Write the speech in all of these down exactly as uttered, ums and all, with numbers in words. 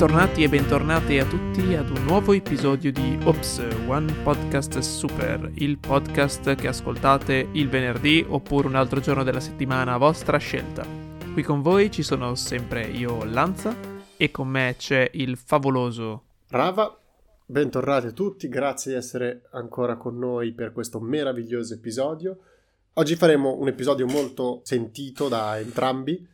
Bentornati e bentornate a tutti ad un nuovo episodio di Ops, One Podcast Super, il podcast che ascoltate il venerdì oppure un altro giorno della settimana a vostra scelta. Qui con voi ci sono sempre io, Lanza, e con me c'è il favoloso Rava. Bentornati a tutti, grazie di essere ancora con noi per questo meraviglioso episodio. Oggi faremo un episodio molto sentito da entrambi,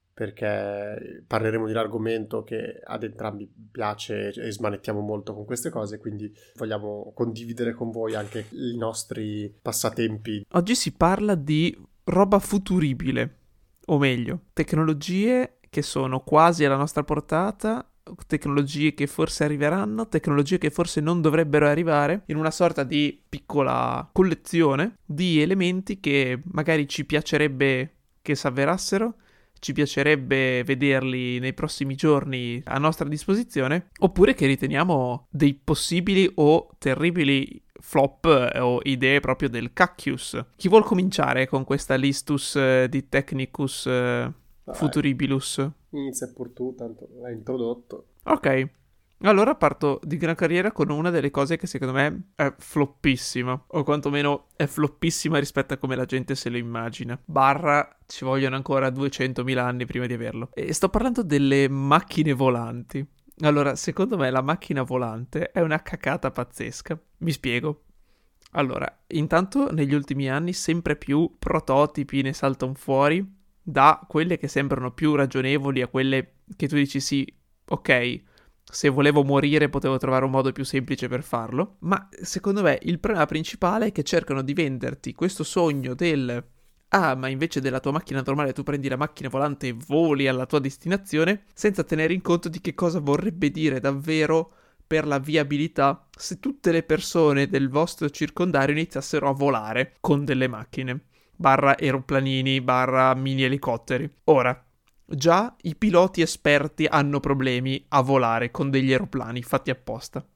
perché parleremo di un argomento che ad entrambi piace e smanettiamo molto con queste cose, quindi vogliamo condividere con voi anche i nostri passatempi. Oggi si parla di roba futuribile, o meglio, tecnologie che sono quasi alla nostra portata, tecnologie che forse arriveranno, tecnologie che forse non dovrebbero arrivare, in una sorta di piccola collezione di elementi che magari ci piacerebbe che si avverassero, ci piacerebbe vederli nei prossimi giorni a nostra disposizione, oppure che riteniamo dei possibili o terribili flop o idee proprio del cacchius. Chi vuol cominciare con questa listus eh, di Technicus eh, Futuribilus? Inizia pur tu, tanto l'hai introdotto. Ok. Allora parto di gran carriera con una delle cose che secondo me è floppissima, o quantomeno è floppissima rispetto a come la gente se lo immagina. Barra, ci vogliono ancora duecentomila anni prima di averlo. E sto parlando delle macchine volanti. Allora, secondo me la macchina volante è una cacata pazzesca. Mi spiego. Allora, intanto negli ultimi anni sempre più prototipi ne saltano fuori, da quelle che sembrano più ragionevoli a quelle che tu dici sì, ok, se volevo morire potevo trovare un modo più semplice per farlo, ma secondo me il problema principale è che cercano di venderti questo sogno del ah, ma invece della tua macchina normale tu prendi la macchina volante e voli alla tua destinazione, senza tenere in conto di che cosa vorrebbe dire davvero per la viabilità se tutte le persone del vostro circondario iniziassero a volare con delle macchine, barra aeroplanini, barra mini elicotteri. Ora, già i piloti esperti hanno problemi a volare con degli aeroplani fatti apposta.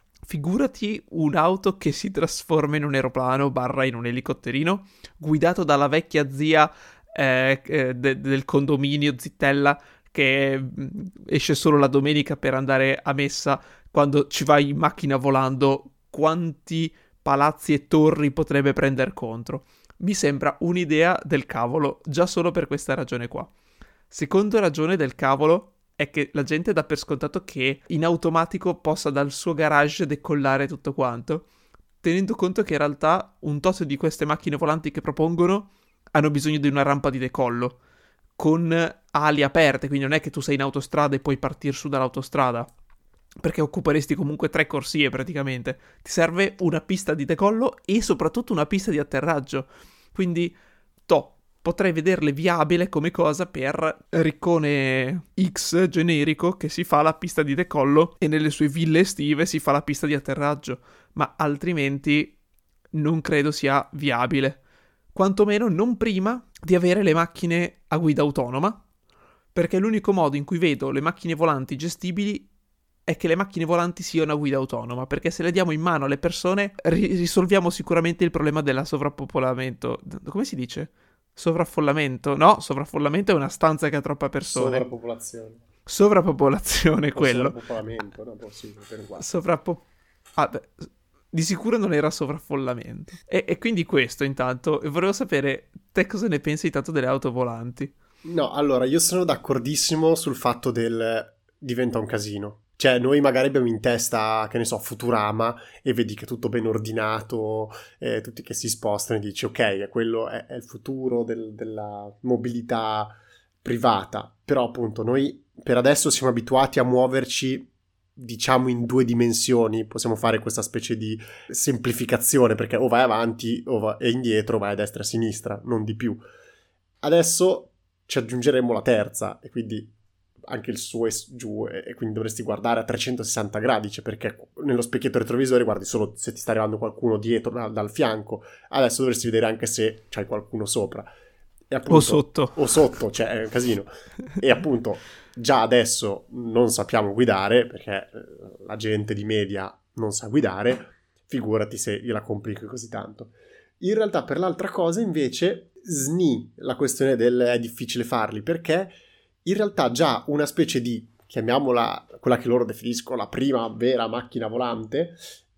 Figurati un'auto che si trasforma in un aeroplano barra in un elicotterino guidato dalla vecchia zia eh, eh, de- del condominio Zittella che esce solo la domenica per andare a messa. Quando ci vai in macchina volando, quanti palazzi e torri potrebbe prendere contro? Mi sembra un'idea del cavolo già solo per questa ragione qua. Seconda ragione del cavolo è che la gente dà per scontato che in automatico possa dal suo garage decollare tutto quanto, tenendo conto che in realtà un tot di queste macchine volanti che propongono hanno bisogno di una rampa di decollo con ali aperte, quindi non è che tu sei in autostrada e puoi partire su dall'autostrada, perché occuperesti comunque tre corsie praticamente. Ti serve una pista di decollo e soprattutto una pista di atterraggio, quindi to potrei vederle viabile come cosa per Riccone X generico che si fa la pista di decollo e nelle sue ville estive si fa la pista di atterraggio, ma altrimenti non credo sia viabile, quantomeno non prima di avere le macchine a guida autonoma, perché l'unico modo in cui vedo le macchine volanti gestibili è che le macchine volanti siano a guida autonoma, perché se le diamo in mano alle persone ri- risolviamo sicuramente il problema del sovrappopolamento. Come si dice? Sovraffollamento? No, sovraffollamento è una stanza che ha troppa persone. Sovrappopolazione. Sovrappopolazione, quello. Sovrappopolamento, no? Possibile, per qua. Sovrappo... Ah, beh, di sicuro non era sovraffollamento. E, e quindi questo, intanto, e volevo sapere, te cosa ne pensi tanto delle auto volanti? No, allora, io sono d'accordissimo sul fatto del diventa un casino. Cioè, noi magari abbiamo in testa, che ne so, Futurama, e vedi che è tutto ben ordinato, eh, tutti che si spostano e dici, ok, quello è, è il futuro del- della mobilità privata. Però, appunto, noi per adesso siamo abituati a muoverci, diciamo, in due dimensioni. Possiamo fare questa specie di semplificazione, perché o vai avanti o vai e indietro, o vai a destra e a sinistra, non di più. Adesso ci aggiungeremo la terza, e quindi anche il su e giù, e quindi dovresti guardare a trecentosessanta gradi, cioè perché nello specchietto retrovisore guardi solo se ti sta arrivando qualcuno dietro dal, dal fianco. Adesso dovresti vedere anche se c'hai qualcuno sopra e appunto, O sotto. o sotto, cioè è un casino. E appunto già adesso non sappiamo guidare, perché la gente di media non sa guidare, figurati se gliela complichi così tanto. In realtà per l'altra cosa invece sni la questione del è difficile farli, perché in realtà già una specie di chiamiamola quella che loro definiscono la prima vera macchina volante,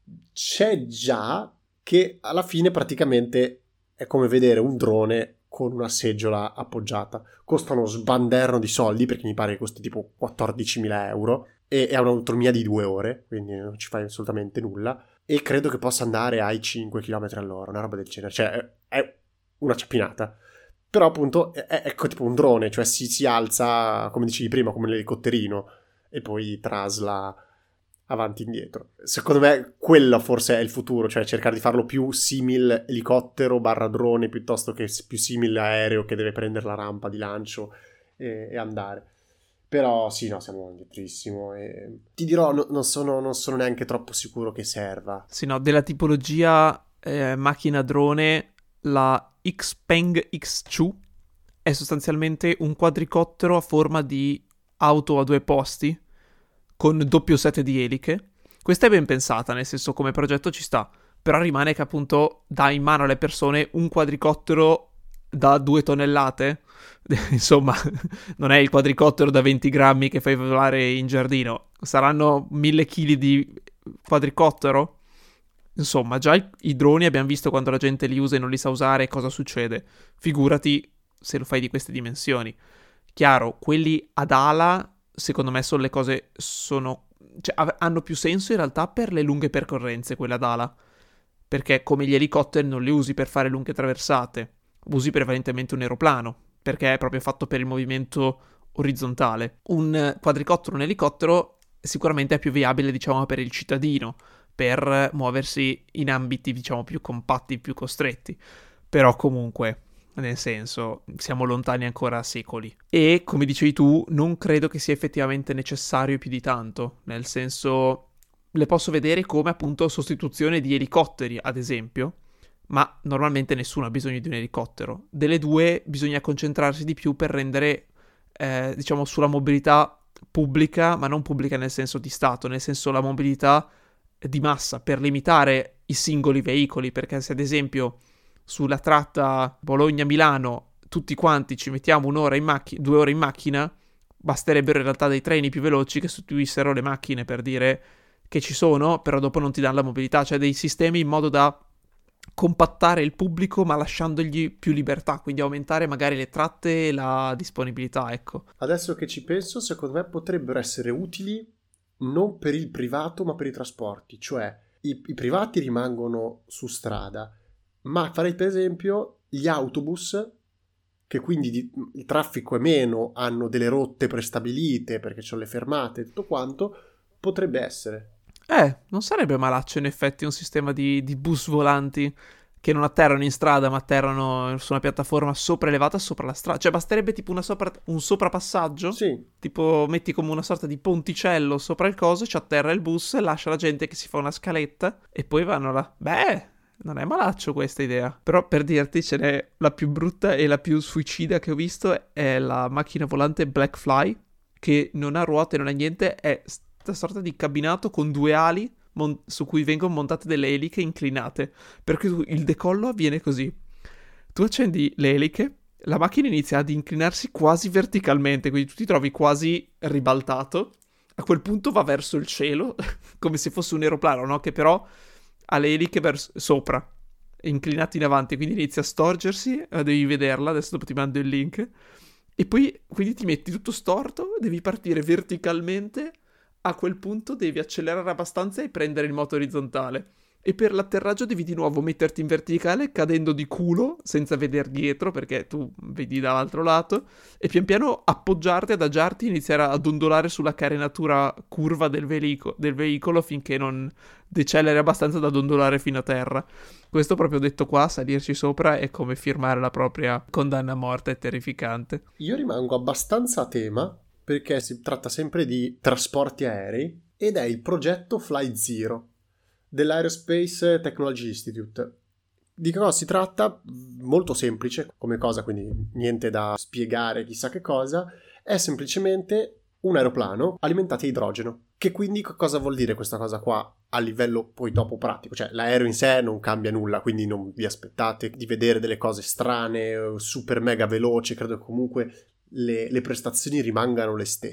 c'è già che alla fine praticamente è come vedere un drone con una seggiola appoggiata. Costano sbanderno di soldi, perché mi pare che costi tipo quattordicimila euro, e ha un'autonomia di due ore, quindi non ci fai assolutamente nulla, e credo che possa andare ai cinque chilometri all'ora, una roba del genere, cioè è una ciappinata. Però appunto è, è tipo un drone, cioè si, si alza, come dicevi prima, come l'elicotterino, e poi trasla avanti e indietro. Secondo me quello forse è il futuro, cioè cercare di farlo più simil elicottero barra drone piuttosto che più simile aereo che deve prendere la rampa di lancio e, e andare. Però sì, no, siamo indietrissimo e ti dirò, no, non, sono, non sono neanche troppo sicuro che serva. Sì, no, della tipologia eh, macchina drone, la Xpeng X due è sostanzialmente un quadricottero a forma di auto a due posti con doppio set di eliche. Questa è ben pensata, nel senso come progetto ci sta, però rimane che appunto dà in mano alle persone un quadricottero da due tonnellate. Insomma, non è il quadricottero da venti grammi che fai volare in giardino, saranno mille chili di quadricottero. Insomma, già i, i droni abbiamo visto quando la gente li usa e non li sa usare cosa succede, figurati se lo fai di queste dimensioni. Chiaro, quelli ad ala secondo me sono le cose sono cioè av- hanno più senso in realtà per le lunghe percorrenze, quella ad ala, perché come gli elicotteri non li usi per fare lunghe traversate, usi prevalentemente un aeroplano, perché è proprio fatto per il movimento orizzontale. Un quadricottero, un elicottero sicuramente è più viabile, diciamo, per il cittadino, per muoversi in ambiti, diciamo, più compatti, più costretti. Però comunque, nel senso, siamo lontani ancora a secoli. E, come dicevi tu, non credo che sia effettivamente necessario più di tanto. Nel senso, le posso vedere come, appunto, sostituzione di elicotteri, ad esempio, ma normalmente nessuno ha bisogno di un elicottero. Delle due bisogna concentrarsi di più per rendere, eh, diciamo, sulla mobilità pubblica, ma non pubblica nel senso di Stato, nel senso la mobilità di massa, per limitare i singoli veicoli, perché se ad esempio sulla tratta Bologna-Milano tutti quanti ci mettiamo un'ora in macchina, due ore in macchina, basterebbero in realtà dei treni più veloci che sostituissero le macchine, per dire che ci sono, però dopo non ti danno la mobilità, cioè dei sistemi in modo da compattare il pubblico ma lasciandogli più libertà, quindi aumentare magari le tratte e la disponibilità, ecco. Adesso che ci penso, secondo me potrebbero essere utili non per il privato ma per i trasporti, cioè i, i privati rimangono su strada, ma farei per esempio gli autobus, che quindi di, il traffico è meno, hanno delle rotte prestabilite perché ci sono le fermate e tutto quanto, potrebbe essere. Eh, non sarebbe malaccio in effetti un sistema di, di bus volanti che non atterrano in strada ma atterrano su una piattaforma sopraelevata sopra la strada. Cioè basterebbe tipo una sopra, un soprapassaggio, sì. Tipo metti come una sorta di ponticello sopra il coso, ci atterra il bus, lascia la gente che si fa una scaletta e poi vanno là. Beh, non è malaccio questa idea. Però per dirti ce n'è la più brutta e la più suicida che ho visto è la macchina volante Blackfly, che non ha ruote, non ha niente, è questa sorta di cabinato con due ali mon- su cui vengono montate delle eliche inclinate, perché tu, il decollo avviene così: tu accendi le eliche, la macchina inizia ad inclinarsi quasi verticalmente, quindi tu ti trovi quasi ribaltato, a quel punto va verso il cielo come se fosse un aeroplano, no? Che però ha le eliche verso sopra, inclinate in avanti, quindi inizia a storgersi, eh, devi vederla, adesso dopo ti mando il link, e poi quindi ti metti tutto storto, devi partire verticalmente. A quel punto devi accelerare abbastanza e prendere il moto orizzontale. E per l'atterraggio devi di nuovo metterti in verticale cadendo di culo senza vedere dietro perché tu vedi dall'altro lato e pian piano appoggiarti, adagiarti e iniziare ad ondolare sulla carenatura curva del, velico- del veicolo finché non deceleri abbastanza da ondolare fino a terra. Questo proprio detto qua, salirci sopra è come firmare la propria condanna a morte, è terrificante. Io rimango abbastanza a tema perché si tratta sempre di trasporti aerei ed è il progetto Flight Zero dell'Aerospace Technology Institute. Di che cosa si tratta? Molto semplice come cosa, quindi niente da spiegare chissà che cosa, è semplicemente un aeroplano alimentato a idrogeno. Che quindi cosa vuol dire questa cosa qua a livello poi dopo pratico? Cioè l'aereo in sé non cambia nulla, quindi non vi aspettate di vedere delle cose strane, super mega veloci, credo che comunque Le, le prestazioni rimangano le stesse,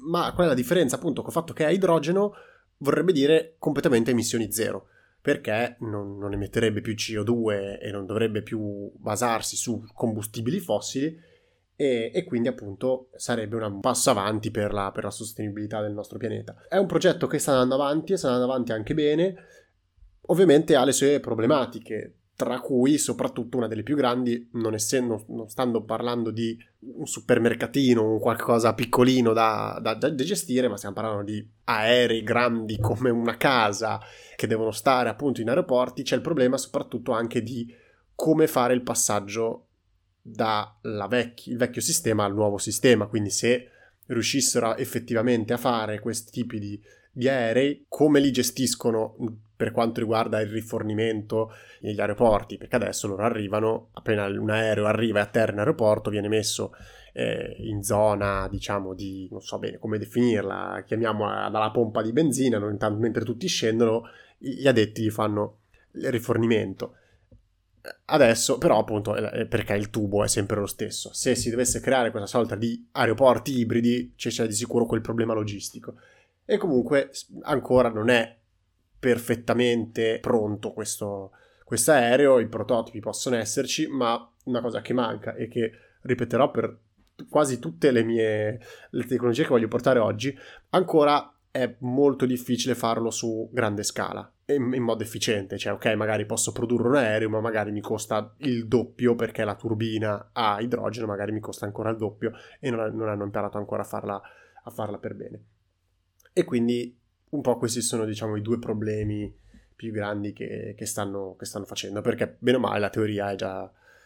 ma qual è la differenza? Appunto, col fatto che è idrogeno vorrebbe dire completamente emissioni zero, perché non, non emetterebbe più C O due e non dovrebbe più basarsi su combustibili fossili, e, e quindi appunto sarebbe un passo avanti per la, per la sostenibilità del nostro pianeta. È un progetto che sta andando avanti e sta andando avanti anche bene, ovviamente ha le sue problematiche, tra cui soprattutto una delle più grandi, non essendo, non stando parlando di un supermercatino, un qualcosa piccolino da, da, da gestire, ma stiamo parlando di aerei grandi come una casa che devono stare appunto in aeroporti. C'è il problema soprattutto anche di come fare il passaggio dal vecchio, il vecchio sistema al nuovo sistema, quindi se riuscissero effettivamente a fare questi tipi di, di aerei, come li gestiscono per quanto riguarda il rifornimento negli aeroporti, perché adesso loro arrivano, appena un aereo arriva e atterra in aeroporto, viene messo eh, in zona, diciamo, di, non so bene come definirla, chiamiamola dalla pompa di benzina, no? Intanto, mentre tutti scendono, gli addetti gli fanno il rifornimento. Adesso però appunto perché il tubo è sempre lo stesso, se si dovesse creare questa sorta di aeroporti ibridi c'è di sicuro quel problema logistico, e comunque ancora non è perfettamente pronto questo aereo. I prototipi possono esserci, ma una cosa che manca e che ripeterò per quasi tutte le mie le tecnologie che voglio portare oggi, ancora è molto difficile farlo su grande scala in, in modo efficiente. Cioè, ok, magari posso produrre un aereo, ma magari mi costa il doppio perché la turbina a idrogeno magari mi costa ancora il doppio e non, non hanno imparato ancora a farla, a farla per bene. E quindi un po' questi sono, diciamo, i due problemi più grandi che, che, stanno, che stanno facendo, perché bene o male la teoria è già,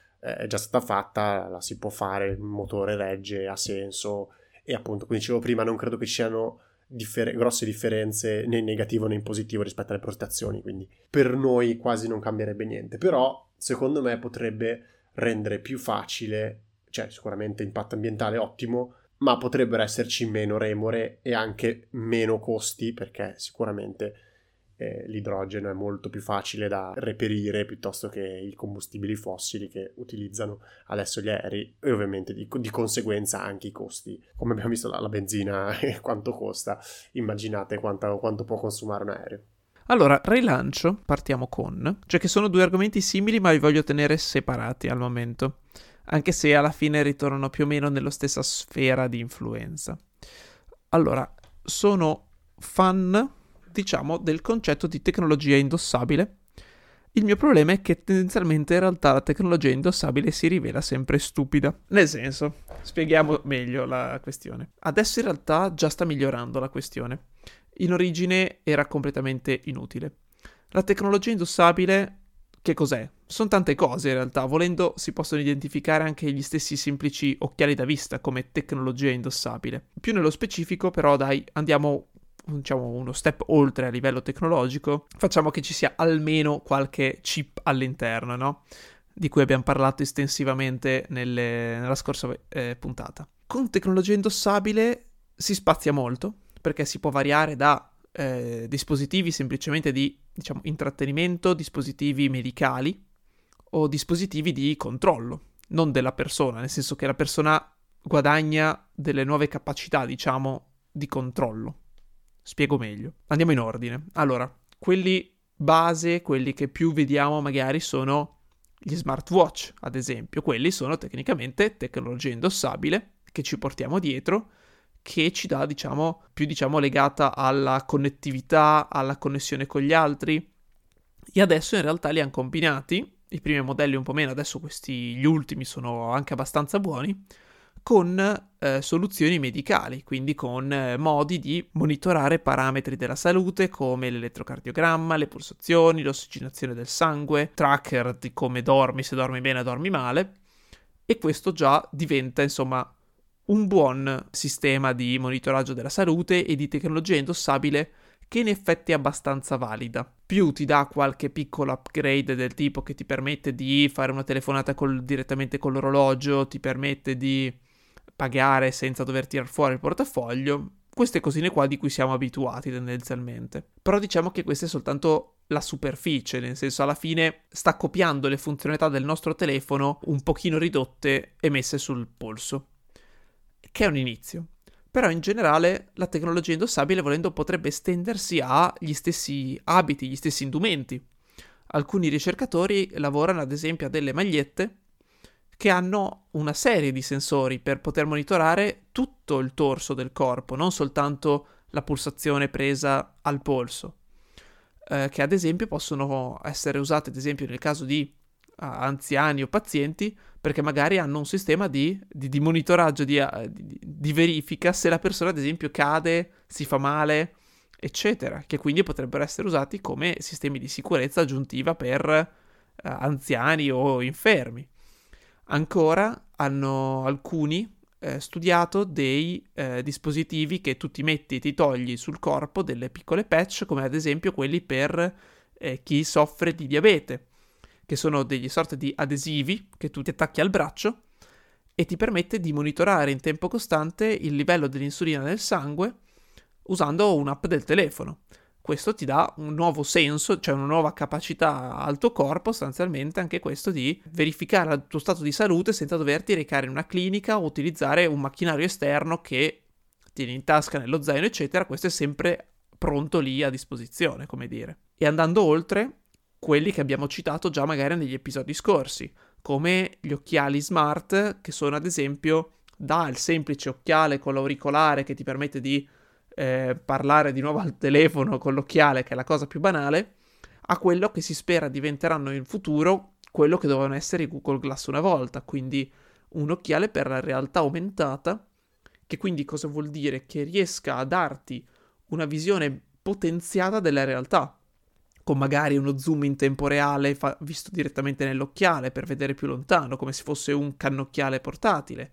è già stata fatta, la si può fare, il motore regge, ha senso, e appunto, come dicevo prima, non credo che ci siano differ- grosse differenze né in negativo né in positivo rispetto alle prestazioni, quindi per noi quasi non cambierebbe niente, però secondo me potrebbe rendere più facile, cioè sicuramente impatto ambientale ottimo, ma potrebbero esserci meno remore e anche meno costi, perché sicuramente eh, l'idrogeno è molto più facile da reperire piuttosto che i combustibili fossili che utilizzano adesso gli aerei, e ovviamente di, di conseguenza anche i costi. Come abbiamo visto la, la benzina e quanto costa, immaginate quanto, quanto può consumare un aereo. Allora, rilancio, partiamo con, cioè che sono due argomenti simili ma li voglio tenere separati al momento, anche se alla fine ritornano più o meno nella stessa sfera di influenza. Allora, sono fan, diciamo, del concetto di tecnologia indossabile. Il mio problema è che tendenzialmente in realtà la tecnologia indossabile si rivela sempre stupida. Nel senso, spieghiamo meglio la questione. Adesso in realtà già sta migliorando la questione. In origine era completamente inutile. La tecnologia indossabile, che cos'è? Sono tante cose in realtà, volendo si possono identificare anche gli stessi semplici occhiali da vista come tecnologia indossabile. Più nello specifico però dai, andiamo diciamo uno step oltre a livello tecnologico, facciamo che ci sia almeno qualche chip all'interno, no? Di cui abbiamo parlato estensivamente nelle, nella scorsa eh, puntata. Con tecnologia indossabile si spazia molto, perché si può variare da eh, dispositivi semplicemente di, diciamo, intrattenimento, dispositivi medicali o dispositivi di controllo, non della persona, nel senso che la persona guadagna delle nuove capacità, diciamo, di controllo. Spiego meglio. Andiamo in ordine. Allora, quelli base, quelli che più vediamo magari sono gli smartwatch, ad esempio. Quelli sono tecnicamente tecnologia indossabile che ci portiamo dietro, che ci dà, diciamo, più diciamo legata alla connettività, alla connessione con gli altri. E adesso in realtà li hanno combinati, i primi modelli un po' meno, adesso questi, gli ultimi sono anche abbastanza buoni, con eh, soluzioni medicali, quindi con eh, modi di monitorare parametri della salute come l'elettrocardiogramma, le pulsazioni, l'ossigenazione del sangue, tracker di come dormi, se dormi bene o dormi male, e questo già diventa insomma un buon sistema di monitoraggio della salute e di tecnologia indossabile che in effetti è abbastanza valida. Più ti dà qualche piccolo upgrade del tipo che ti permette di fare una telefonata col, direttamente con l'orologio, ti permette di pagare senza dover tirar fuori il portafoglio, queste cosine qua di cui siamo abituati tendenzialmente. Però diciamo che questa è soltanto la superficie, nel senso alla fine sta copiando le funzionalità del nostro telefono un pochino ridotte e messe sul polso, che è un inizio. Però in generale la tecnologia indossabile, volendo, potrebbe estendersi agli stessi abiti, gli stessi indumenti. Alcuni ricercatori lavorano ad esempio a delle magliette che hanno una serie di sensori per poter monitorare tutto il torso del corpo, non soltanto la pulsazione presa al polso, eh, che ad esempio possono essere usate ad esempio nel caso di uh, anziani o pazienti, perché magari hanno un sistema di, di, di monitoraggio, di, di, di verifica se la persona ad esempio cade, si fa male, eccetera, che quindi potrebbero essere usati come sistemi di sicurezza aggiuntiva per uh, anziani o infermi. Ancora hanno alcuni eh, studiato dei eh, dispositivi che tu ti metti e ti togli sul corpo, delle piccole patch, come ad esempio quelli per eh, chi soffre di diabete, che sono degli sorte di adesivi che tu ti attacchi al braccio e ti permette di monitorare in tempo costante il livello dell'insulina nel sangue usando un'app del telefono. Questo ti dà un nuovo senso, cioè una nuova capacità al tuo corpo, sostanzialmente anche questo di verificare il tuo stato di salute senza doverti recare in una clinica o utilizzare un macchinario esterno che tieni in tasca, nello zaino, eccetera. Questo è sempre pronto lì a disposizione, come dire. E andando oltre, quelli che abbiamo citato già magari negli episodi scorsi, come gli occhiali smart, che sono ad esempio dal semplice occhiale con l'auricolare che ti permette di Eh, parlare di nuovo al telefono con l'occhiale, che è la cosa più banale, a quello che si spera diventeranno in futuro quello che dovevano essere i Google Glass una volta, quindi un occhiale per la realtà aumentata, che quindi cosa vuol dire? Che riesca a darti una visione potenziata della realtà, con magari uno zoom in tempo reale fa- visto direttamente nell'occhiale per vedere più lontano, come se fosse un cannocchiale portatile.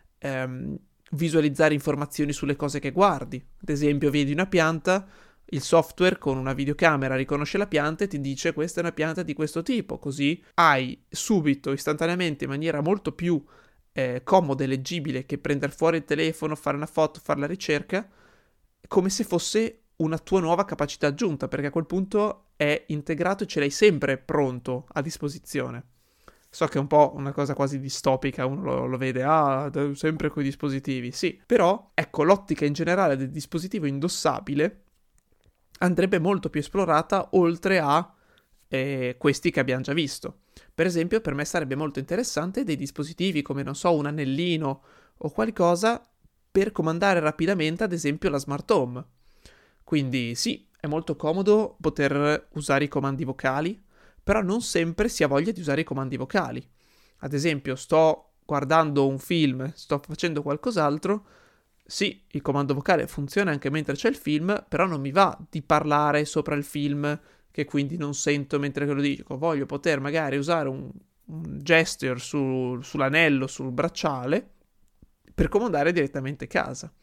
Ehm, visualizzare informazioni sulle cose che guardi. Ad esempio, vedi una pianta, il software con una videocamera riconosce la pianta e ti dice questa è una pianta di questo tipo, così hai subito, istantaneamente, in maniera molto più eh, comoda e leggibile che prendere fuori il telefono, fare una foto, fare la ricerca, come se fosse una tua nuova capacità aggiunta, perché a quel punto è integrato e ce l'hai sempre pronto a disposizione. So che è un po' una cosa quasi distopica, uno lo, lo vede, ah, sempre coi dispositivi, sì. Però, ecco, l'ottica in generale del dispositivo indossabile andrebbe molto più esplorata oltre a eh, questi che abbiamo già visto. Per esempio, per me sarebbe molto interessante dei dispositivi come, non so, un anellino o qualcosa per comandare rapidamente, ad esempio, la smart home. Quindi, sì, è molto comodo poter usare i comandi vocali, però non sempre si ha voglia di usare i comandi vocali. Ad esempio, sto guardando un film, sto facendo qualcos'altro, sì, il comando vocale funziona anche mentre c'è il film, però non mi va di parlare sopra il film, che quindi non sento mentre lo dico. Voglio poter magari usare un, un gesture su, sull'anello, sul bracciale, per comandare direttamente casa.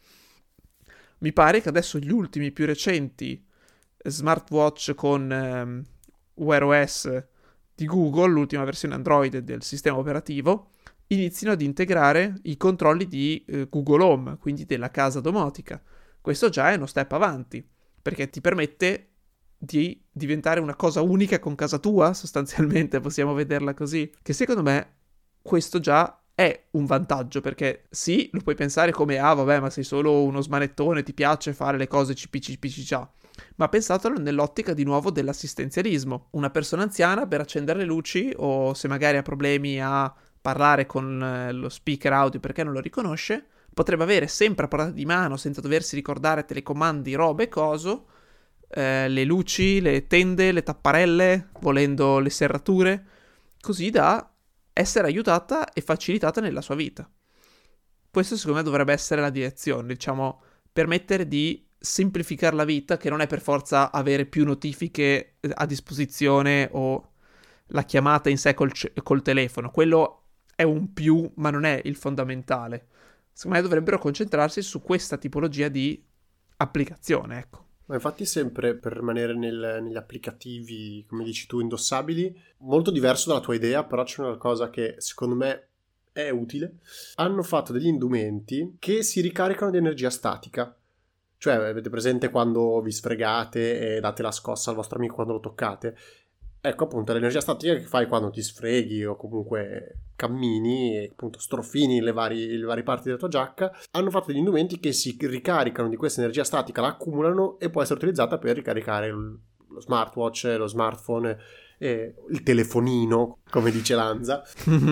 Mi pare che adesso gli ultimi più recenti smartwatch con ehm, Wear O S di Google, l'ultima versione Android del sistema operativo, iniziano ad integrare i controlli di eh, Google Home, quindi della casa domotica. Questo già è uno step avanti, perché ti permette di diventare una cosa unica con casa tua, sostanzialmente, possiamo vederla così, che secondo me questo già è un vantaggio, perché sì, lo puoi pensare come, ah vabbè, ma sei solo uno smanettone, ti piace fare le cose cipicipicicia, ma pensatelo nell'ottica di nuovo dell'assistenzialismo. Una persona anziana per accendere le luci, o se magari ha problemi a parlare con eh, lo speaker audio perché non lo riconosce, potrebbe avere sempre a portata di mano, senza doversi ricordare telecomandi, robe e coso, eh, le luci, le tende, le tapparelle, volendo le serrature, così da essere aiutata e facilitata nella sua vita. Questo secondo me dovrebbe essere la direzione, diciamo, permettere di semplificare la vita, che non è per forza avere più notifiche a disposizione o la chiamata in sé col, col telefono. Quello è un più, ma non è il fondamentale. Secondo me dovrebbero concentrarsi su questa tipologia di applicazione, ecco. Ma infatti sempre per rimanere nel, negli applicativi, come dici tu, indossabili, molto diverso dalla tua idea, però c'è una cosa che secondo me è utile. Hanno fatto degli indumenti che si ricaricano di energia statica. Cioè, avete presente quando vi sfregate e date la scossa al vostro amico quando lo toccate? Ecco appunto l'energia statica che fai quando ti sfreghi o comunque cammini e appunto strofini le, vari, le varie parti della tua giacca. Hanno fatto degli indumenti che si ricaricano di questa energia statica, la accumulano e può essere utilizzata per ricaricare il, lo smartwatch, lo smartphone, eh, il telefonino, come dice Lanza.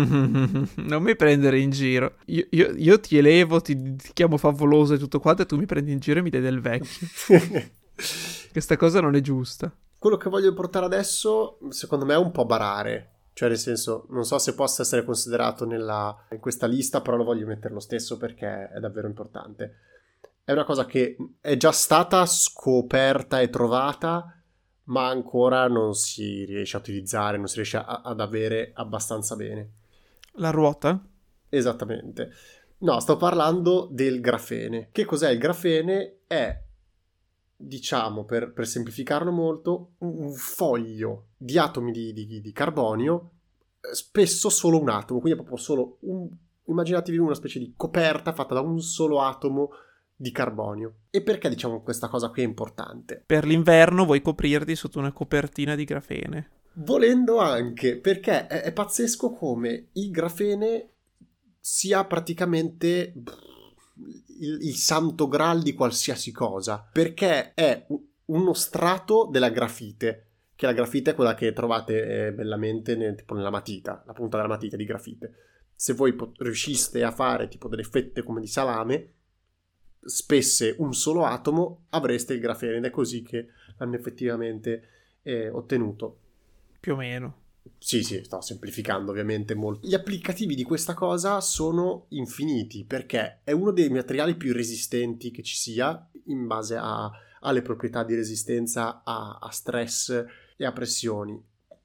Non mi prendere in giro. Io, io, io ti elevo, ti, ti chiamo favoloso e tutto quanto, e tu mi prendi in giro e mi dai del vecchio. Questa cosa non è giusta. Quello che voglio portare adesso, secondo me, è un po' barare. Cioè, nel senso, non so se possa essere considerato nella, in questa lista, però lo voglio mettere lo stesso perché è davvero importante. È una cosa che è già stata scoperta e trovata, ma ancora non si riesce a utilizzare, non si riesce a, ad avere abbastanza bene. La ruota? Esattamente. No, sto parlando del grafene. Che cos'è il grafene? È, diciamo, per, per semplificarlo molto, un foglio di atomi di, di, di carbonio, spesso solo un atomo, quindi è proprio solo un... Immaginatevi una specie di coperta fatta da un solo atomo di carbonio. E perché diciamo questa cosa qui è importante? Per l'inverno vuoi coprirti sotto una copertina di grafene. Volendo anche, perché è, è pazzesco come il grafene sia praticamente il, il santo graal di qualsiasi cosa, perché è uno strato della grafite, che la grafite è quella che trovate eh, bellamente nel, tipo nella matita, la punta della matita di grafite. Se voi pot- riusciste a fare tipo delle fette come di salame, spesse un solo atomo, avreste il grafene, ed è così che hanno effettivamente eh, ottenuto. Più o meno. Sì, sì, sto semplificando ovviamente molto. Gli applicativi di questa cosa sono infiniti, perché è uno dei materiali più resistenti che ci sia, in base a, alle proprietà di resistenza a, a stress e a pressioni.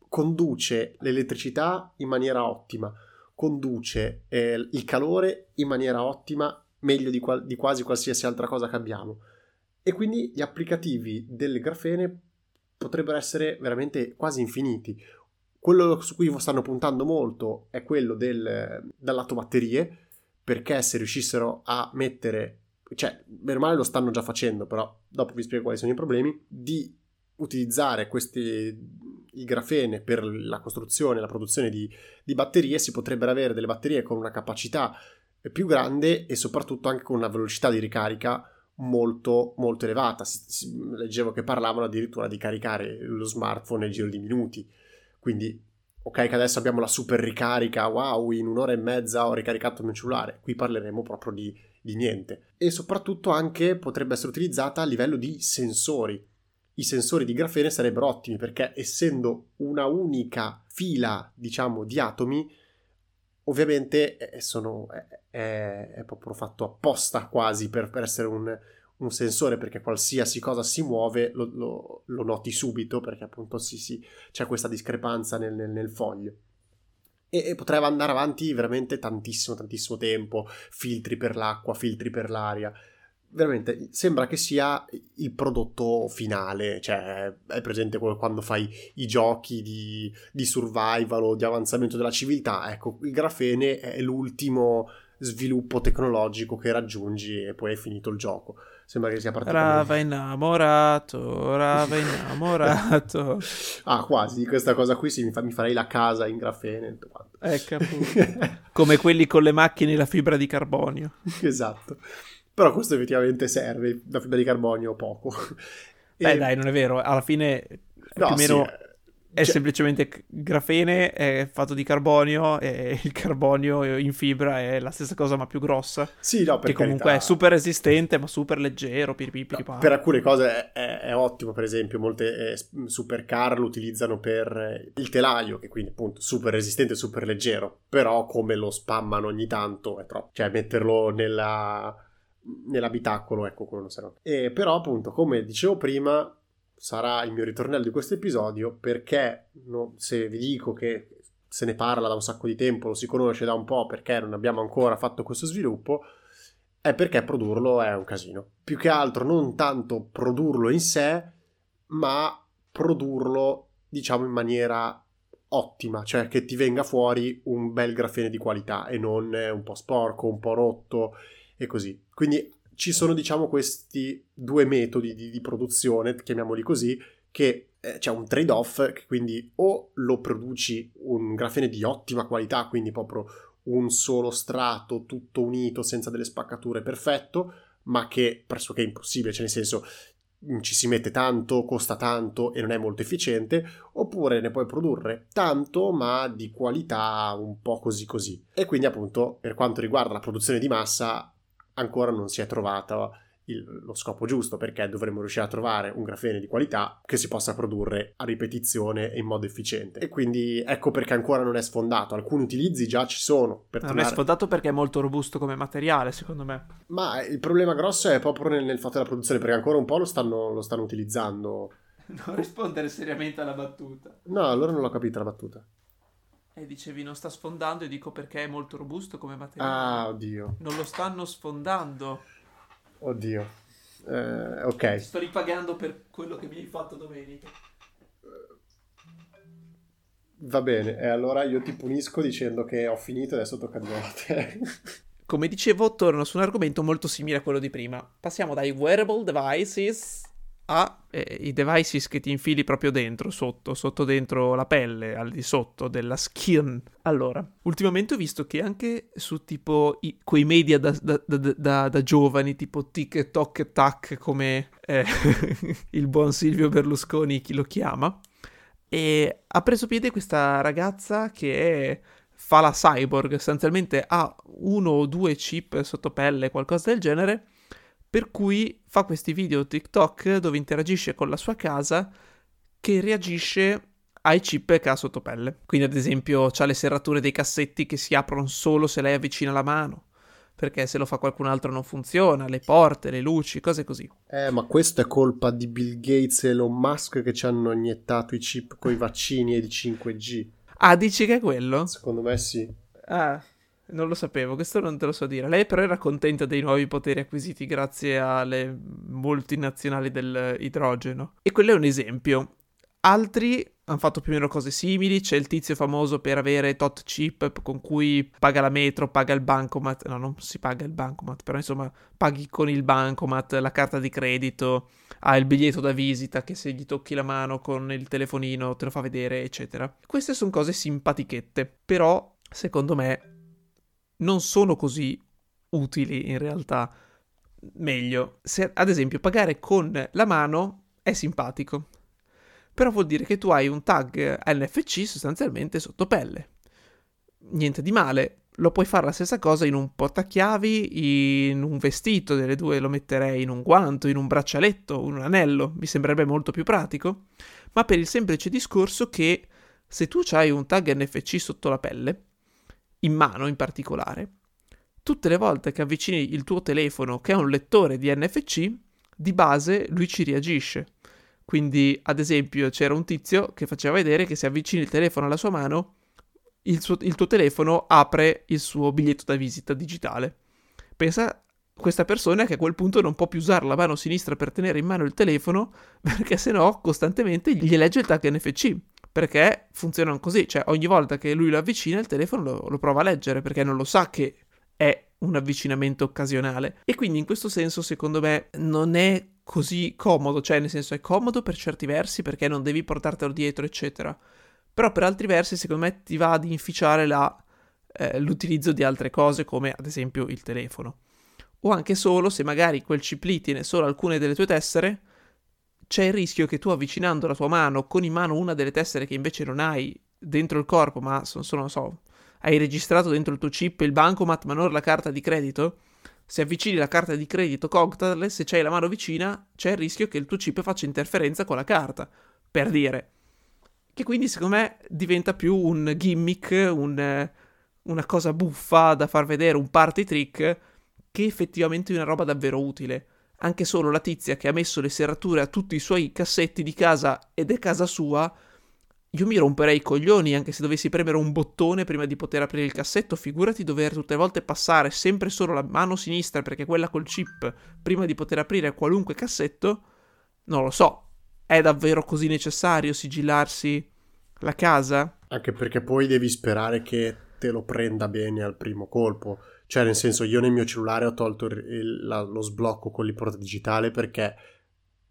Conduce l'elettricità in maniera ottima, conduce eh, il calore in maniera ottima, meglio di, qual- di quasi qualsiasi altra cosa che abbiamo. E quindi gli applicativi del grafene potrebbero essere veramente quasi infiniti. Quello su cui stanno puntando molto è quello del, del lato batterie, perché se riuscissero a mettere, cioè, bene o male lo stanno già facendo, però dopo vi spiego quali sono i problemi, di utilizzare questi, il grafene per la costruzione e la produzione di, di batterie, si potrebbero avere delle batterie con una capacità più grande e soprattutto anche con una velocità di ricarica molto molto elevata. Si, si, leggevo che parlavano addirittura di caricare lo smartphone nel giro di minuti. Quindi, ok che adesso abbiamo la super ricarica, wow, in un'ora e mezza ho ricaricato il mio cellulare, qui parleremo proprio di, di niente. E soprattutto anche potrebbe essere utilizzata a livello di sensori. I sensori di grafene sarebbero ottimi perché, essendo una unica fila, diciamo, di atomi, ovviamente è, sono, è, è, è proprio fatto apposta quasi per, per essere un... un sensore, perché qualsiasi cosa si muove lo, lo, lo noti subito, perché appunto sì, sì, c'è questa discrepanza nel, nel, nel foglio. E, e potrebbe andare avanti veramente tantissimo, tantissimo tempo, filtri per l'acqua, filtri per l'aria. Veramente sembra che sia il prodotto finale, cioè è presente quando fai i giochi di, di survival o di avanzamento della civiltà. Ecco, il grafene è l'ultimo sviluppo tecnologico che raggiungi e poi è finito il gioco. Sembra che sia praticamente... Rava innamorato, Rava innamorato. Ah, quasi, questa cosa qui sì, mi, fa, mi farei la casa in grafene. Ecco, appunto. Come quelli con le macchine e la fibra di carbonio. Esatto. Però questo effettivamente serve, la fibra di carbonio poco. Beh e... dai, non è vero, alla fine no, più o meno... Sì, è cioè... semplicemente grafene, è fatto di carbonio, e il carbonio in fibra è la stessa cosa ma più grossa. Sì, no, per che comunque carità. è super resistente ma super leggero. No, per alcune cose è, è, è ottimo, per esempio molte eh, supercar lo utilizzano per eh, il telaio, che quindi appunto super resistente e super leggero, però come lo spammano ogni tanto è troppo, cioè metterlo nella, nell'abitacolo, ecco, quello non serve. E però appunto, come dicevo prima, sarà il mio ritornello di questo episodio, perché no, se vi dico che se ne parla da un sacco di tempo, lo si conosce da un po', perché non abbiamo ancora fatto questo sviluppo, è perché produrlo è un casino. Più che altro non tanto produrlo in sé, ma produrlo, diciamo, in maniera ottima, cioè che ti venga fuori un bel grafene di qualità e non un po' sporco, un po' rotto e così. Quindi ci sono, diciamo, questi due metodi di, di produzione, chiamiamoli così, che eh, c'è un trade-off, che quindi o lo produci un grafene di ottima qualità, quindi proprio un solo strato tutto unito senza delle spaccature, perfetto, ma che pressoché è impossibile, cioè nel senso ci si mette tanto, costa tanto e non è molto efficiente, oppure ne puoi produrre tanto ma di qualità un po' così così. E quindi appunto per quanto riguarda la produzione di massa ancora non si è trovata il, lo scopo giusto, perché dovremmo riuscire a trovare un grafene di qualità che si possa produrre a ripetizione e in modo efficiente, e quindi ecco perché ancora non è sfondato. Alcuni utilizzi già ci sono per Non tornare... è sfondato perché è molto robusto come materiale, secondo me. Ma il problema grosso è proprio nel, nel fatto della produzione, perché ancora un po' lo stanno, lo stanno utilizzando. Non rispondere seriamente alla battuta. No, allora non l'ho capita la battuta. E dicevi non sta sfondando, e dico perché è molto robusto come materiale. Ah, oddio. Non lo stanno sfondando. Oddio. Eh, Ti ok. sto ripagando per quello che mi hai fatto domenica. Va bene, e allora io ti punisco dicendo che ho finito e adesso tocca di nuovo a te. Come dicevo, torno su un argomento molto simile a quello di prima. Passiamo dai wearable devices a eh, i devices che ti infili proprio dentro, sotto, sotto dentro la pelle, al di sotto della skin. Allora, ultimamente ho visto che anche su tipo i, quei media da, da, da, da, da giovani, tipo TikTok e Tac, come eh, il buon Silvio Berlusconi chi lo chiama, e ha preso piede questa ragazza che è, fa la cyborg, sostanzialmente ha uno o due chip sotto pelle, qualcosa del genere, per cui fa questi video TikTok dove interagisce con la sua casa che reagisce ai chip che ha sotto pelle. Quindi ad esempio c'ha le serrature dei cassetti che si aprono solo se lei avvicina la mano, perché se lo fa qualcun altro non funziona, le porte, le luci, cose così. Eh, ma questo è colpa di Bill Gates e Elon Musk che ci hanno iniettato i chip coi vaccini e di cinque G. Ah, dici che è quello? Secondo me sì. Ah, non lo sapevo, questo non te lo so dire. Lei però era contenta dei nuovi poteri acquisiti grazie alle multinazionali dell'idrogeno. E quello è un esempio. Altri hanno fatto più o meno cose simili. C'è il tizio famoso per avere tot chip con cui paga la metro, paga il bancomat. No, non si paga il bancomat, però insomma paghi con il bancomat, la carta di credito, ha il biglietto da visita che se gli tocchi la mano con il telefonino te lo fa vedere, eccetera. Queste sono cose simpatichette, però secondo me non sono così utili in realtà. Meglio, se ad esempio pagare con la mano è simpatico, però vuol dire che tu hai un tag N F C sostanzialmente sotto pelle. Niente di male, lo puoi fare la stessa cosa in un portachiavi, in un vestito, delle due lo metterei in un guanto, in un braccialetto, in un anello, mi sembrerebbe molto più pratico, ma per il semplice discorso che se tu hai un tag N F C sotto la pelle, in mano in particolare, tutte le volte che avvicini il tuo telefono che è un lettore di N F C, di base lui ci reagisce. Quindi, ad esempio, c'era un tizio che faceva vedere che se avvicini il telefono alla sua mano, il, suo, il tuo telefono apre il suo biglietto da visita digitale. Pensa questa persona che a quel punto non può più usare la mano sinistra per tenere in mano il telefono, perché sennò costantemente gli legge il tag N F C. Perché funzionano così, cioè ogni volta che lui lo avvicina il telefono lo, lo prova a leggere, perché non lo sa che è un avvicinamento occasionale. E quindi in questo senso secondo me non è così comodo, cioè nel senso è comodo per certi versi perché non devi portartelo dietro eccetera, però per altri versi secondo me ti va ad inficiare la, eh, l'utilizzo di altre cose come ad esempio il telefono, o anche solo se magari quel chip lì tiene solo alcune delle tue tessere, c'è il rischio che tu avvicinando la tua mano con in mano una delle tessere che invece non hai dentro il corpo ma sono, sono non so, hai registrato dentro il tuo chip il bancomat ma non la carta di credito, se avvicini la carta di credito contactless, se c'hai la mano vicina, c'è il rischio che il tuo chip faccia interferenza con la carta, per dire. Che quindi secondo me diventa più un gimmick, un, una cosa buffa da far vedere, un party trick, che effettivamente è una roba davvero utile. Anche solo la tizia che ha messo le serrature a tutti i suoi cassetti di casa ed è casa sua, io mi romperei i coglioni anche se dovessi premere un bottone prima di poter aprire il cassetto, figurati dover tutte le volte passare sempre solo la mano sinistra perché quella col chip prima di poter aprire qualunque cassetto, non lo so, è davvero così necessario sigillarsi la casa? Anche perché poi devi sperare che te lo prenda bene al primo colpo, cioè nel senso io nel mio cellulare ho tolto il, il, la, lo sblocco con l'impronta digitale perché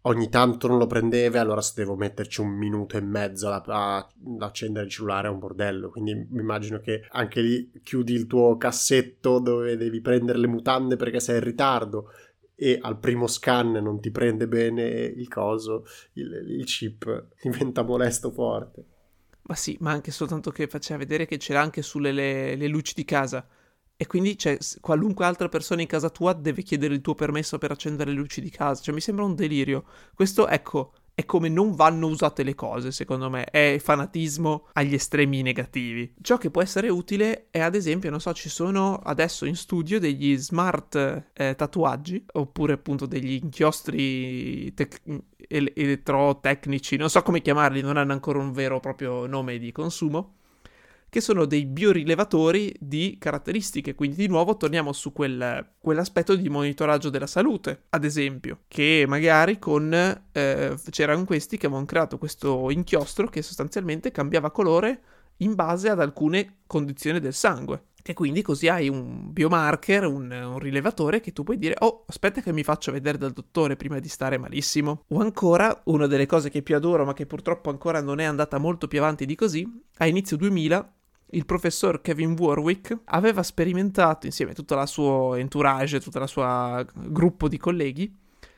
ogni tanto non lo prendeva, allora se devo metterci un minuto e mezzo a, a, ad accendere il cellulare è un bordello, quindi mi immagino che anche lì chiudi il tuo cassetto dove devi prendere le mutande perché sei in ritardo e al primo scan non ti prende bene il coso, il, il chip diventa molesto forte. Ma sì, ma anche soltanto che faceva vedere che c'era anche sulle le, le luci di casa. E quindi cioè, qualunque altra persona in casa tua deve chiedere il tuo permesso per accendere le luci di casa. Cioè, mi sembra un delirio. Questo, ecco, è come non vanno usate le cose, secondo me. È fanatismo agli estremi negativi. Ciò che può essere utile è, ad esempio, non so, ci sono adesso in studio degli smart eh, tatuaggi, oppure appunto degli inchiostri tec- el- elettrotecnici, non so come chiamarli, non hanno ancora un vero proprio nome di consumo, che sono dei biorilevatori di caratteristiche, quindi di nuovo torniamo su quel, quell'aspetto di monitoraggio della salute, ad esempio, che magari con eh, c'erano questi che avevano creato questo inchiostro che sostanzialmente cambiava colore in base ad alcune condizioni del sangue. E quindi così hai un biomarker, un, un rilevatore che tu puoi dire oh, aspetta che mi faccio vedere dal dottore prima di stare malissimo. O ancora, una delle cose che più adoro ma che purtroppo ancora non è andata molto più avanti di così, a inizio duemila il professor Kevin Warwick aveva sperimentato insieme a tutto il suo entourage, tutto il suo gruppo di colleghi,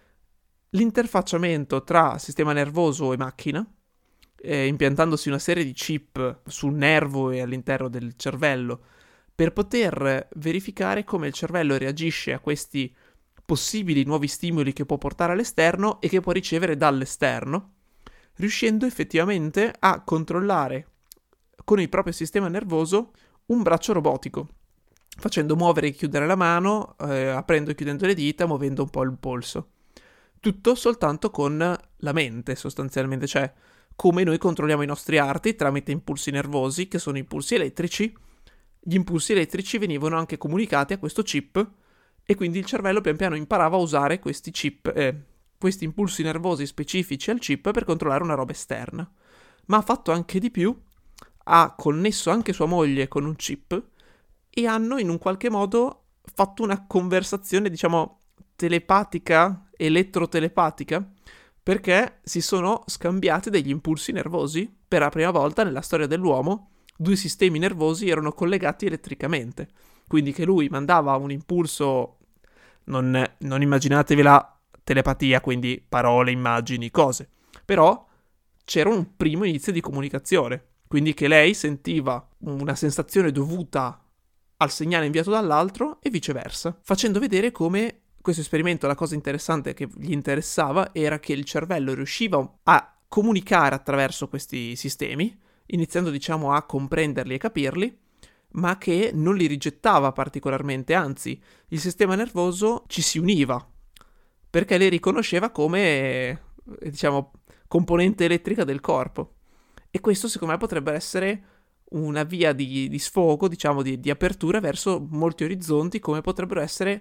l'interfacciamento tra sistema nervoso e macchina, eh, impiantandosi una serie di chip sul nervo e all'interno del cervello per poter verificare come il cervello reagisce a questi possibili nuovi stimoli che può portare all'esterno e che può ricevere dall'esterno, riuscendo effettivamente a controllare con il proprio sistema nervoso un braccio robotico, facendo muovere e chiudere la mano, eh, aprendo e chiudendo le dita, muovendo un po' il polso. Tutto soltanto con la mente, sostanzialmente, cioè come noi controlliamo i nostri arti tramite impulsi nervosi, che sono impulsi elettrici. Gli impulsi elettrici venivano anche comunicati a questo chip e quindi il cervello pian piano imparava a usare questi chip, eh, questi impulsi nervosi specifici al chip per controllare una roba esterna. Ma ha fatto anche di più, ha connesso anche sua moglie con un chip e hanno in un qualche modo fatto una conversazione, diciamo, telepatica, elettrotelepatica, perché si sono scambiati degli impulsi nervosi. Per la prima volta nella storia dell'uomo due sistemi nervosi erano collegati elettricamente, quindi che lui mandava un impulso, non, non immaginatevi la telepatia, quindi parole, immagini, cose, però c'era un primo inizio di comunicazione. Quindi che lei sentiva una sensazione dovuta al segnale inviato dall'altro e viceversa, facendo vedere come questo esperimento, la cosa interessante che gli interessava era che il cervello riusciva a comunicare attraverso questi sistemi, iniziando diciamo a comprenderli e capirli, ma che non li rigettava particolarmente, anzi il sistema nervoso ci si univa, perché li riconosceva come, diciamo, componente elettrica del corpo. E questo secondo me potrebbe essere una via di, di sfogo, diciamo, di, di apertura verso molti orizzonti, come potrebbero essere,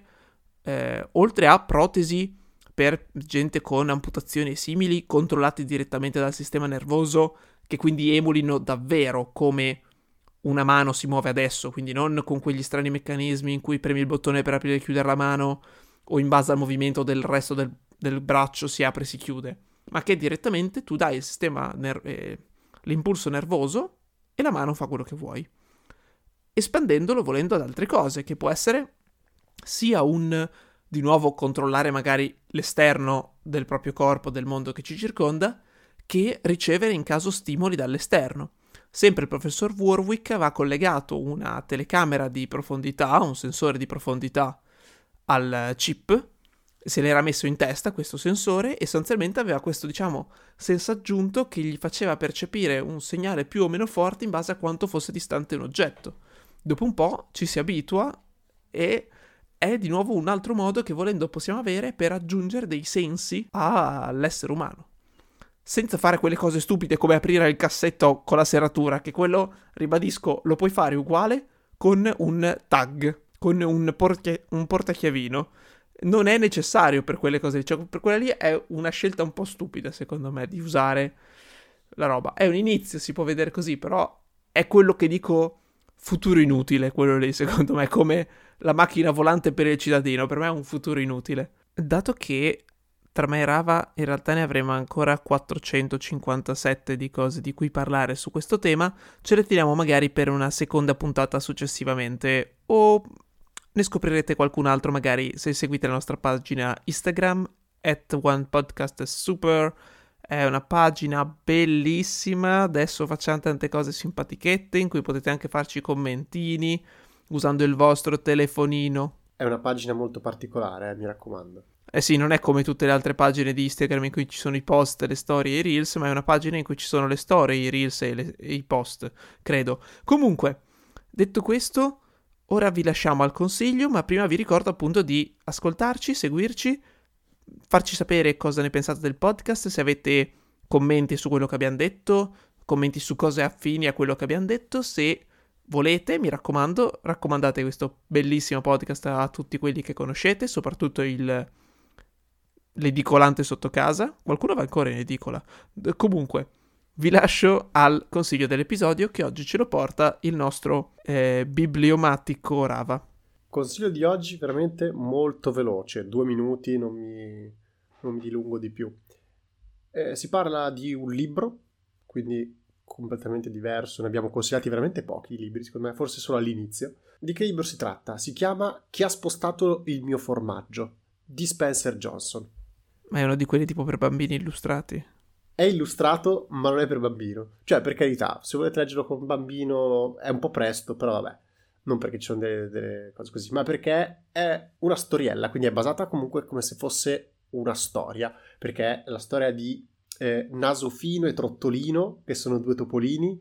eh, oltre a protesi per gente con amputazioni simili, controllati direttamente dal sistema nervoso, che quindi emulino davvero come una mano si muove adesso, quindi non con quegli strani meccanismi in cui premi il bottone per aprire e chiudere la mano, o in base al movimento del resto del, del braccio si apre e si chiude, ma che direttamente tu dai il sistema ner- eh, l'impulso nervoso e la mano fa quello che vuoi, espandendolo volendo ad altre cose, che può essere sia un, di nuovo, controllare magari l'esterno del proprio corpo, del mondo che ci circonda, che ricevere in caso stimoli dall'esterno. Sempre il professor Warwick aveva collegato una telecamera di profondità, un sensore di profondità al chip, se l'era messo in testa questo sensore e sostanzialmente aveva questo, diciamo, senso aggiunto che gli faceva percepire un segnale più o meno forte in base a quanto fosse distante un oggetto. Dopo un po' ci si abitua e è di nuovo un altro modo che volendo possiamo avere per aggiungere dei sensi all'essere umano, senza fare quelle cose stupide come aprire il cassetto con la serratura, che quello, ribadisco, lo puoi fare uguale con un tag, con un, porti- un portachiavino. Non è necessario per quelle cose, cioè per quella lì è una scelta un po' stupida secondo me di usare la roba. È un inizio, si può vedere così, però è quello che dico futuro inutile, quello lì secondo me, come la macchina volante per il cittadino, per me è un futuro inutile. Dato che tra me e Rava in realtà ne avremo ancora quattrocentocinquantasette di cose di cui parlare su questo tema, ce le teniamo magari per una seconda puntata successivamente, o ne scoprirete qualcun altro magari se seguite la nostra pagina Instagram, at onepodcastsuper. È una pagina bellissima, adesso facciamo tante cose simpatichette in cui potete anche farci commentini usando il vostro telefonino. È una pagina molto particolare, eh, mi raccomando. Eh sì, non è come tutte le altre pagine di Instagram in cui ci sono i post, le storie e i reels, ma è una pagina in cui ci sono le storie, i reels e, le, e i post, credo. Comunque, detto questo, ora vi lasciamo al consiglio, ma prima vi ricordo appunto di ascoltarci, seguirci, farci sapere cosa ne pensate del podcast, se avete commenti su quello che abbiamo detto, commenti su cose affini a quello che abbiamo detto, se volete, mi raccomando, raccomandate questo bellissimo podcast a tutti quelli che conoscete, soprattutto il l'edicolante sotto casa. Qualcuno va ancora in edicola. Comunque, vi lascio al consiglio dell'episodio che oggi ce lo porta il nostro eh, bibliomatico Rava. Consiglio di oggi veramente molto veloce, due minuti, non mi, non mi dilungo di più. Eh, si parla di un libro, quindi completamente diverso, ne abbiamo consigliati veramente pochi libri, secondo me, forse solo all'inizio. Di che libro si tratta? Si chiama Chi ha spostato il mio formaggio, di Spencer Johnson. Ma è uno di quelli tipo per bambini illustrati? È illustrato, ma non è per bambino. Cioè, per carità, se volete leggerlo con un bambino è un po' presto, però vabbè. Non perché ci sono delle, delle cose così, ma perché è una storiella, quindi è basata comunque come se fosse una storia, perché è la storia di eh, Nasofino e Trottolino, che sono due topolini,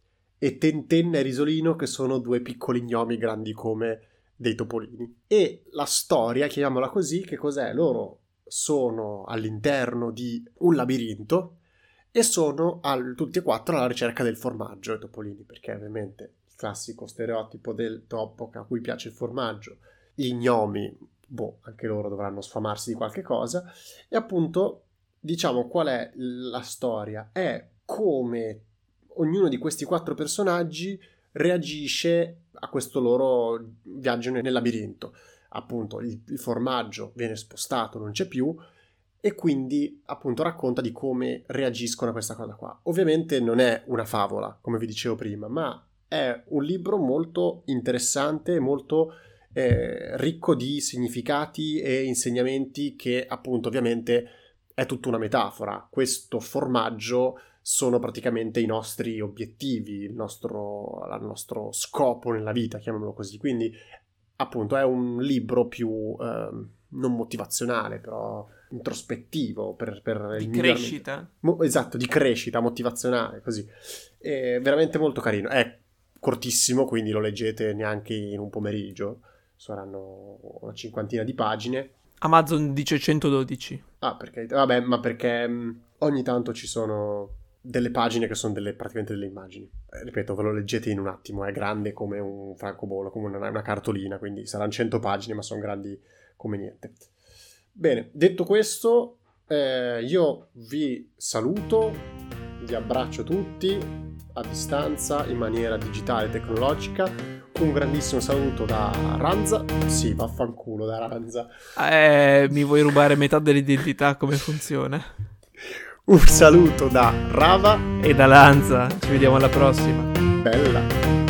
e Tenten e Risolino, che sono due piccoli gnomi grandi come dei topolini. E la storia, chiamiamola così, che cos'è? Loro sono all'interno di un labirinto e sono al, tutti e quattro alla ricerca del formaggio, i topolini, perché ovviamente il classico stereotipo del topo a cui piace il formaggio, gli gnomi, boh, anche loro dovranno sfamarsi di qualche cosa, e appunto, diciamo, qual è la storia? È come ognuno di questi quattro personaggi reagisce a questo loro viaggio nel labirinto. Appunto, il, il formaggio viene spostato, non c'è più, e quindi appunto racconta di come reagiscono a questa cosa qua. Ovviamente non è una favola, come vi dicevo prima, ma è un libro molto interessante, molto eh, ricco di significati e insegnamenti, che appunto ovviamente è tutta una metafora. Questo formaggio sono praticamente i nostri obiettivi, il nostro, il nostro scopo nella vita, chiamiamolo così. Quindi appunto è un libro più eh, non motivazionale, però introspettivo per, per di il crescita. Mo- esatto, di crescita motivazionale, così. È veramente molto carino. È cortissimo, quindi lo leggete neanche in un pomeriggio. Saranno una cinquantina di pagine. Amazon dice centododici. Ah, perché vabbè, ma perché mh, ogni tanto ci sono delle pagine che sono delle, praticamente delle immagini. Eh, ripeto, ve lo leggete in un attimo, è grande come un francobollo, come una, una cartolina, quindi saranno cento pagine, ma sono grandi come niente. Bene, detto questo, eh, io vi saluto, vi abbraccio tutti a distanza in maniera digitale e tecnologica. Un grandissimo saluto da Ranza. Sì, vaffanculo da Ranza. Eh, mi vuoi rubare metà dell'identità? Come funziona? Un saluto da Rava e da Lanza. Ci vediamo alla prossima. Bella.